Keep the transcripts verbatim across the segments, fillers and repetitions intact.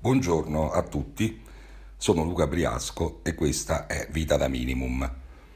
Buongiorno a tutti, sono Luca Briasco e questa è Vita da Minimum.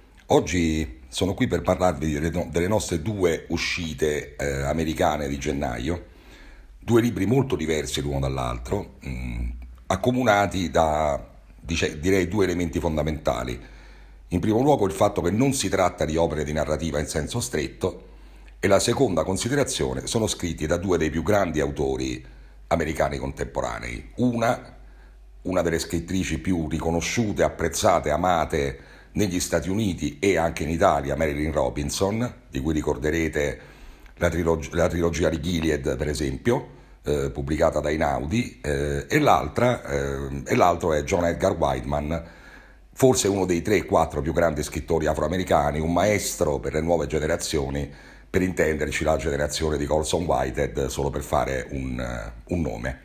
Oggi sono qui per parlarvi delle, no- delle nostre due uscite eh, americane di gennaio, due libri molto diversi l'uno dall'altro, mh, accomunati da, dice- direi, due elementi fondamentali. In primo luogo il fatto che non si tratta di opere di narrativa in senso stretto, e la seconda considerazione: sono scritti da due dei più grandi autori americani contemporanei. Una, una delle scrittrici più riconosciute, apprezzate, amate negli Stati Uniti e anche in Italia, Marilynne Robinson, di cui ricorderete la, trilog- la trilogia di Gilead, per esempio, eh, pubblicata da Einaudi, eh, e, l'altra, eh, e l'altro è John Edgar Whiteman, forse uno dei tre quattro più grandi scrittori afroamericani, un maestro per le nuove generazioni, per intenderci la generazione di Colson Whitehead, solo per fare un, un nome.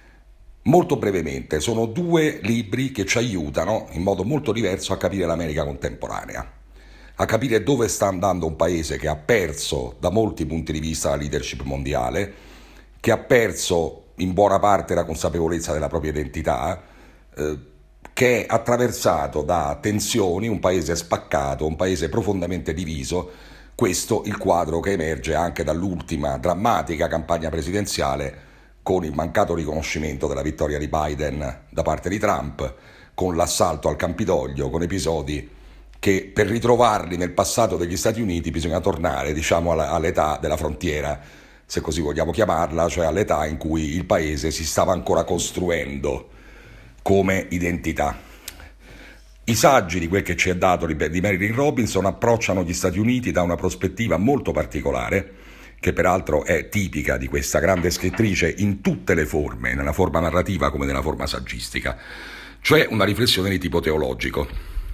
Molto brevemente, sono due libri che ci aiutano in modo molto diverso a capire l'America contemporanea, a capire dove sta andando un paese che ha perso da molti punti di vista la leadership mondiale, che ha perso in buona parte la consapevolezza della propria identità, eh, che è attraversato da tensioni, un paese spaccato, un paese profondamente diviso. Questo il quadro che emerge anche dall'ultima drammatica campagna presidenziale, con il mancato riconoscimento della vittoria di Biden da parte di Trump, con l'assalto al Campidoglio, con episodi che per ritrovarli nel passato degli Stati Uniti bisogna tornare, diciamo, all'età della frontiera, se così vogliamo chiamarla, cioè all'età in cui il paese si stava ancora costruendo come identità. I saggi di quel che ci è dato di Marilynne Robinson approcciano gli Stati Uniti da una prospettiva molto particolare, che peraltro è tipica di questa grande scrittrice in tutte le forme, nella forma narrativa come nella forma saggistica, cioè una riflessione di tipo teologico.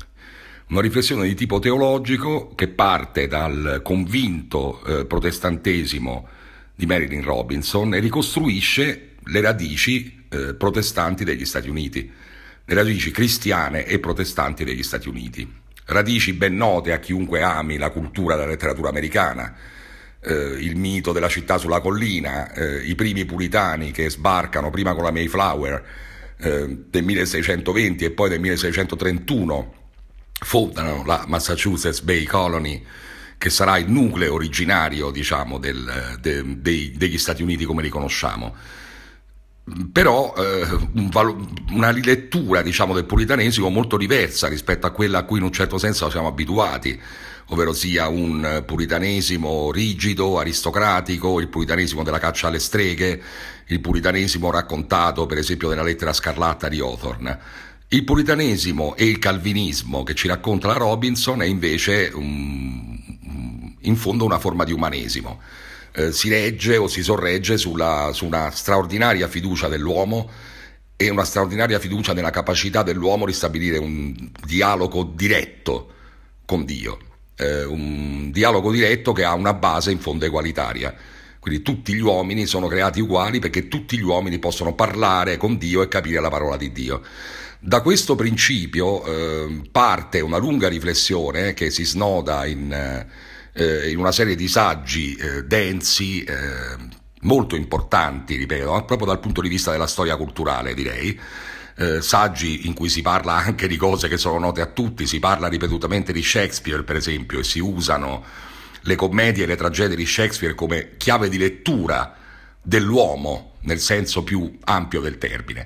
Una riflessione di tipo teologico che parte dal convinto eh, protestantesimo di Marilynne Robinson e ricostruisce le radici eh, protestanti degli Stati Uniti, le radici cristiane e protestanti degli Stati Uniti, radici ben note a chiunque ami la cultura e la letteratura americana, eh, il mito della città sulla collina, eh, i primi puritani che sbarcano prima con la Mayflower eh, del milleseicentoventi e poi del milleseicentotrentuno fondano la Massachusetts Bay Colony, che sarà il nucleo originario, diciamo, del, de, dei, degli Stati Uniti come li conosciamo. Però eh, un valo- una rilettura, diciamo, del puritanesimo molto diversa rispetto a quella a cui in un certo senso siamo abituati, ovvero sia un puritanesimo rigido, aristocratico, il puritanesimo della caccia alle streghe, il puritanesimo raccontato per esempio nella Lettera scarlatta di Hawthorne. Il puritanesimo e il calvinismo che ci racconta la Robinson è invece um, in fondo una forma di umanesimo. Eh, si regge o si sorregge sulla, su una straordinaria fiducia dell'uomo e una straordinaria fiducia nella capacità dell'uomo di stabilire un dialogo diretto con Dio, eh, un dialogo diretto che ha una base in fondo egualitaria. Quindi tutti gli uomini sono creati uguali perché tutti gli uomini possono parlare con Dio e capire la parola di Dio. Da questo principio eh, parte una lunga riflessione che si snoda in... Eh, in una serie di saggi eh, densi, eh, molto importanti, ripeto, proprio dal punto di vista della storia culturale, direi, eh, saggi in cui si parla anche di cose che sono note a tutti, si parla ripetutamente di Shakespeare, per esempio, e si usano le commedie e le tragedie di Shakespeare come chiave di lettura dell'uomo, nel senso più ampio del termine.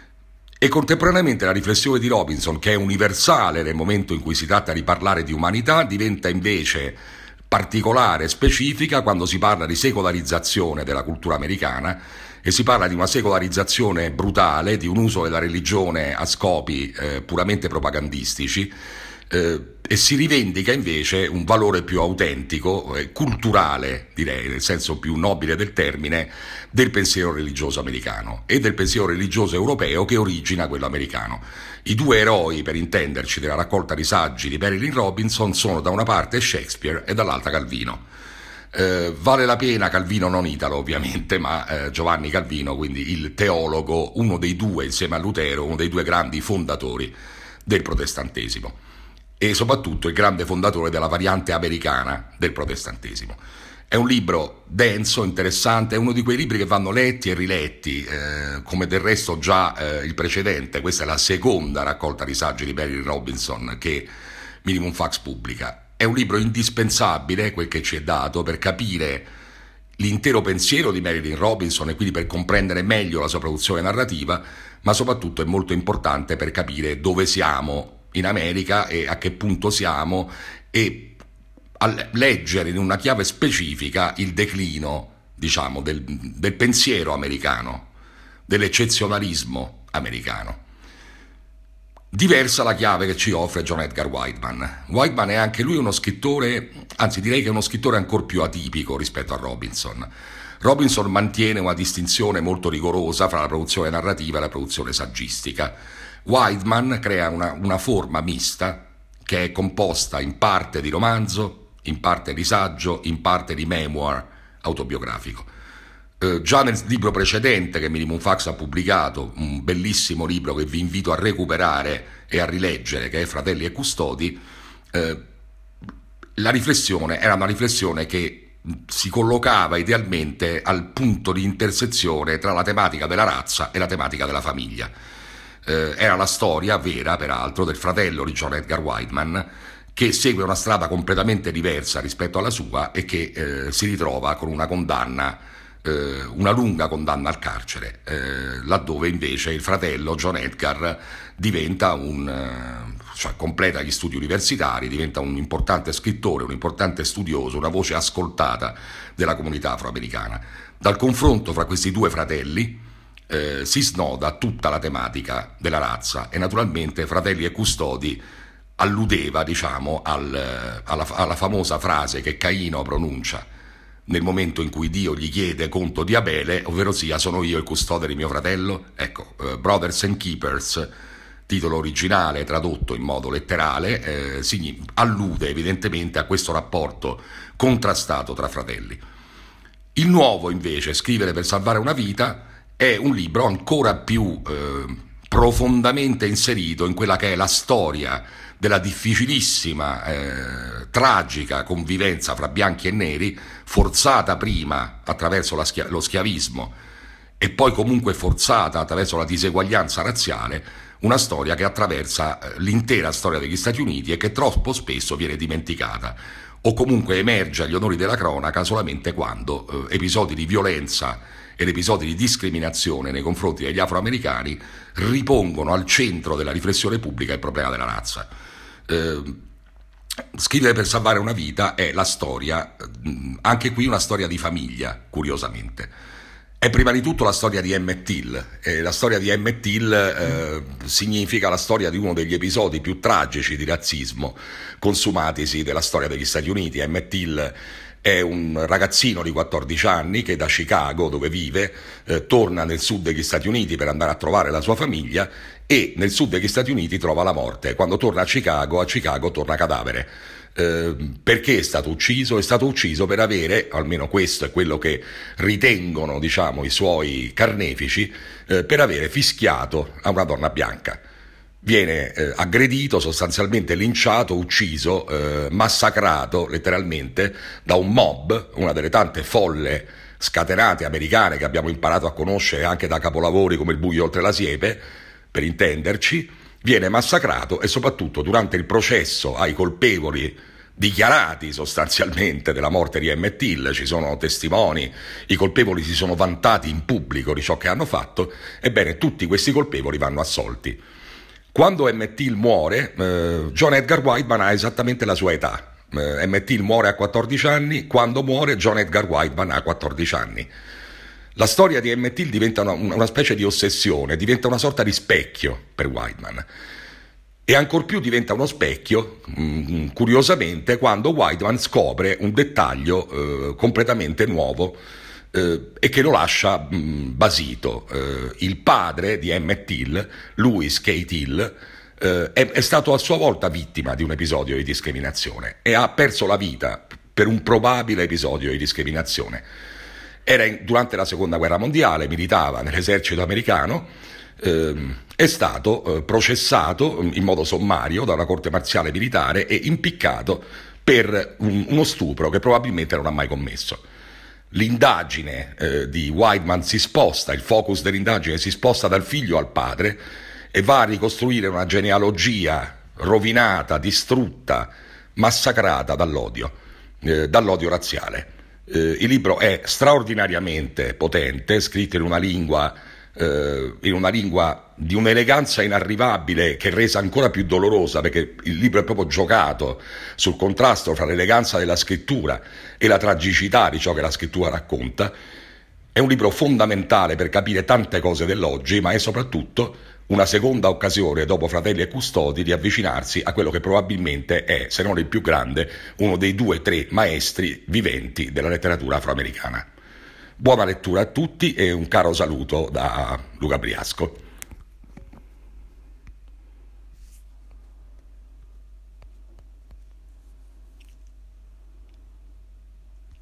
E contemporaneamente la riflessione di Robinson, che è universale nel momento in cui si tratta di parlare di umanità, diventa invece particolare, specifica, quando si parla di secolarizzazione della cultura americana, e si parla di una secolarizzazione brutale, di un uso della religione a scopi eh, puramente propagandistici, eh, e si rivendica invece un valore più autentico, eh, culturale, direi, nel senso più nobile del termine, del pensiero religioso americano e del pensiero religioso europeo che origina quello americano. I due eroi, per intenderci, della raccolta di saggi di Marilynne Robinson sono da una parte Shakespeare e dall'altra Calvino. Eh, vale la pena Calvino, non Italo ovviamente, ma eh, Giovanni Calvino, quindi il teologo, uno dei due, insieme a Lutero, uno dei due grandi fondatori del protestantesimo e soprattutto il grande fondatore della variante americana del protestantesimo. È un libro denso, interessante, è uno di quei libri che vanno letti e riletti, eh, come del resto già eh, il precedente. Questa è la seconda raccolta di saggi di Marilynne Robinson che Minimum Fax pubblica. È un libro indispensabile, quel che ci è dato, per capire l'intero pensiero di Marilynne Robinson e quindi per comprendere meglio la sua produzione narrativa, ma soprattutto è molto importante per capire dove siamo in America e a che punto siamo, e a leggere in una chiave specifica il declino, diciamo, del, del pensiero americano, dell'eccezionalismo americano. Diversa la chiave che ci offre John Edgar Wideman. Wideman è anche lui uno scrittore, anzi direi che è uno scrittore ancora più atipico rispetto a Robinson. Robinson mantiene una distinzione molto rigorosa fra la produzione narrativa e la produzione saggistica. Wideman crea una, una forma mista che è composta in parte di romanzo, in parte di saggio, in parte di memoir autobiografico. Eh, già nel libro precedente che Minimum Fax ha pubblicato, un bellissimo libro che vi invito a recuperare e a rileggere, che è Fratelli e Custodi, eh, la riflessione era una riflessione che si collocava idealmente al punto di intersezione tra la tematica della razza e la tematica della famiglia. Eh, era la storia vera, peraltro, del fratello di John Edgar Wideman, che segue una strada completamente diversa rispetto alla sua e che eh, si ritrova con una condanna, eh, una lunga condanna al carcere, eh, laddove invece il fratello John Edgar diventa un, eh, cioè completa gli studi universitari, diventa un importante scrittore, un importante studioso, una voce ascoltata della comunità afroamericana. Dal confronto fra questi due fratelli eh, si snoda tutta la tematica della razza e naturalmente Fratelli e Custodi alludeva, diciamo, al, alla, alla famosa frase che Caino pronuncia nel momento in cui Dio gli chiede conto di Abele, ovvero sia: sono io il custode di mio fratello? Ecco, uh, Brothers and Keepers, titolo originale tradotto in modo letterale, eh, si allude evidentemente a questo rapporto contrastato tra fratelli. Il nuovo, invece, Scrivere per salvare una vita, è un libro ancora più eh, profondamente inserito in quella che è la storia della difficilissima, eh, tragica convivenza fra bianchi e neri, forzata prima attraverso la schia- lo schiavismo e poi comunque forzata attraverso la diseguaglianza razziale, una storia che attraversa eh, l'intera storia degli Stati Uniti e che troppo spesso viene dimenticata o comunque emerge agli onori della cronaca solamente quando eh, episodi di violenza ed episodi di discriminazione nei confronti degli afroamericani ripongono al centro della riflessione pubblica il problema della razza. Eh, Scrivere per salvare una vita è la storia, anche qui una storia di famiglia, curiosamente. È prima di tutto la storia di Emmett Till, e la storia di Emmett Till eh, significa la storia di uno degli episodi più tragici di razzismo consumatisi della storia degli Stati Uniti. Emmett Till è un ragazzino di quattordici anni che da Chicago, dove vive, eh, torna nel sud degli Stati Uniti per andare a trovare la sua famiglia e nel sud degli Stati Uniti trova la morte. Quando torna a Chicago, a Chicago torna cadavere. Eh, perché è stato ucciso? È stato ucciso per avere, almeno questo è quello che ritengono, diciamo, i suoi carnefici, eh, per avere fischiato a una donna bianca. Viene eh, aggredito, sostanzialmente linciato, ucciso, eh, massacrato letteralmente da un mob, una delle tante folle scatenate americane che abbiamo imparato a conoscere anche da capolavori come Il buio oltre la siepe, per intenderci. Viene massacrato e soprattutto durante il processo ai colpevoli dichiarati sostanzialmente della morte di Emmett Till, ci sono testimoni, i colpevoli si sono vantati in pubblico di ciò che hanno fatto, ebbene tutti questi colpevoli vanno assolti. Quando Emmett Till muore, eh, John Edgar Wideman ha esattamente la sua età. Eh, Emmett Till muore a quattordici anni, quando muore John Edgar Wideman ha quattordici anni. La storia di Emmett Till diventa una, una specie di ossessione, diventa una sorta di specchio per Wideman. E ancor più diventa uno specchio, mh, curiosamente, quando Wideman scopre un dettaglio eh, completamente nuovo eh, e che lo lascia mh, basito. Eh, il padre di Emmett Till, Louis K. Till, eh, è, è stato a sua volta vittima di un episodio di discriminazione e ha perso la vita per un probabile episodio di discriminazione. Era in, durante la seconda guerra mondiale, militava nell'esercito americano, ehm, è stato eh, processato in modo sommario da una corte marziale militare e impiccato per un, uno stupro che probabilmente non ha mai commesso. l'indagine eh, di Weidman si sposta, il focus dell'indagine si sposta dal figlio al padre e va a ricostruire una genealogia rovinata, distrutta, massacrata dall'odio, eh, dall'odio razziale. Eh, il libro è straordinariamente potente, scritto in una lingua, eh, in una lingua di un'eleganza inarrivabile che è resa ancora più dolorosa perché il libro è proprio giocato sul contrasto fra l'eleganza della scrittura e la tragicità di ciò che la scrittura racconta. È un libro fondamentale per capire tante cose dell'oggi, ma è soprattutto una seconda occasione dopo Fratelli e Custodi di avvicinarsi a quello che probabilmente è, se non il più grande, uno dei due o tre maestri viventi della letteratura afroamericana. Buona lettura a tutti e un caro saluto da Luca Briasco.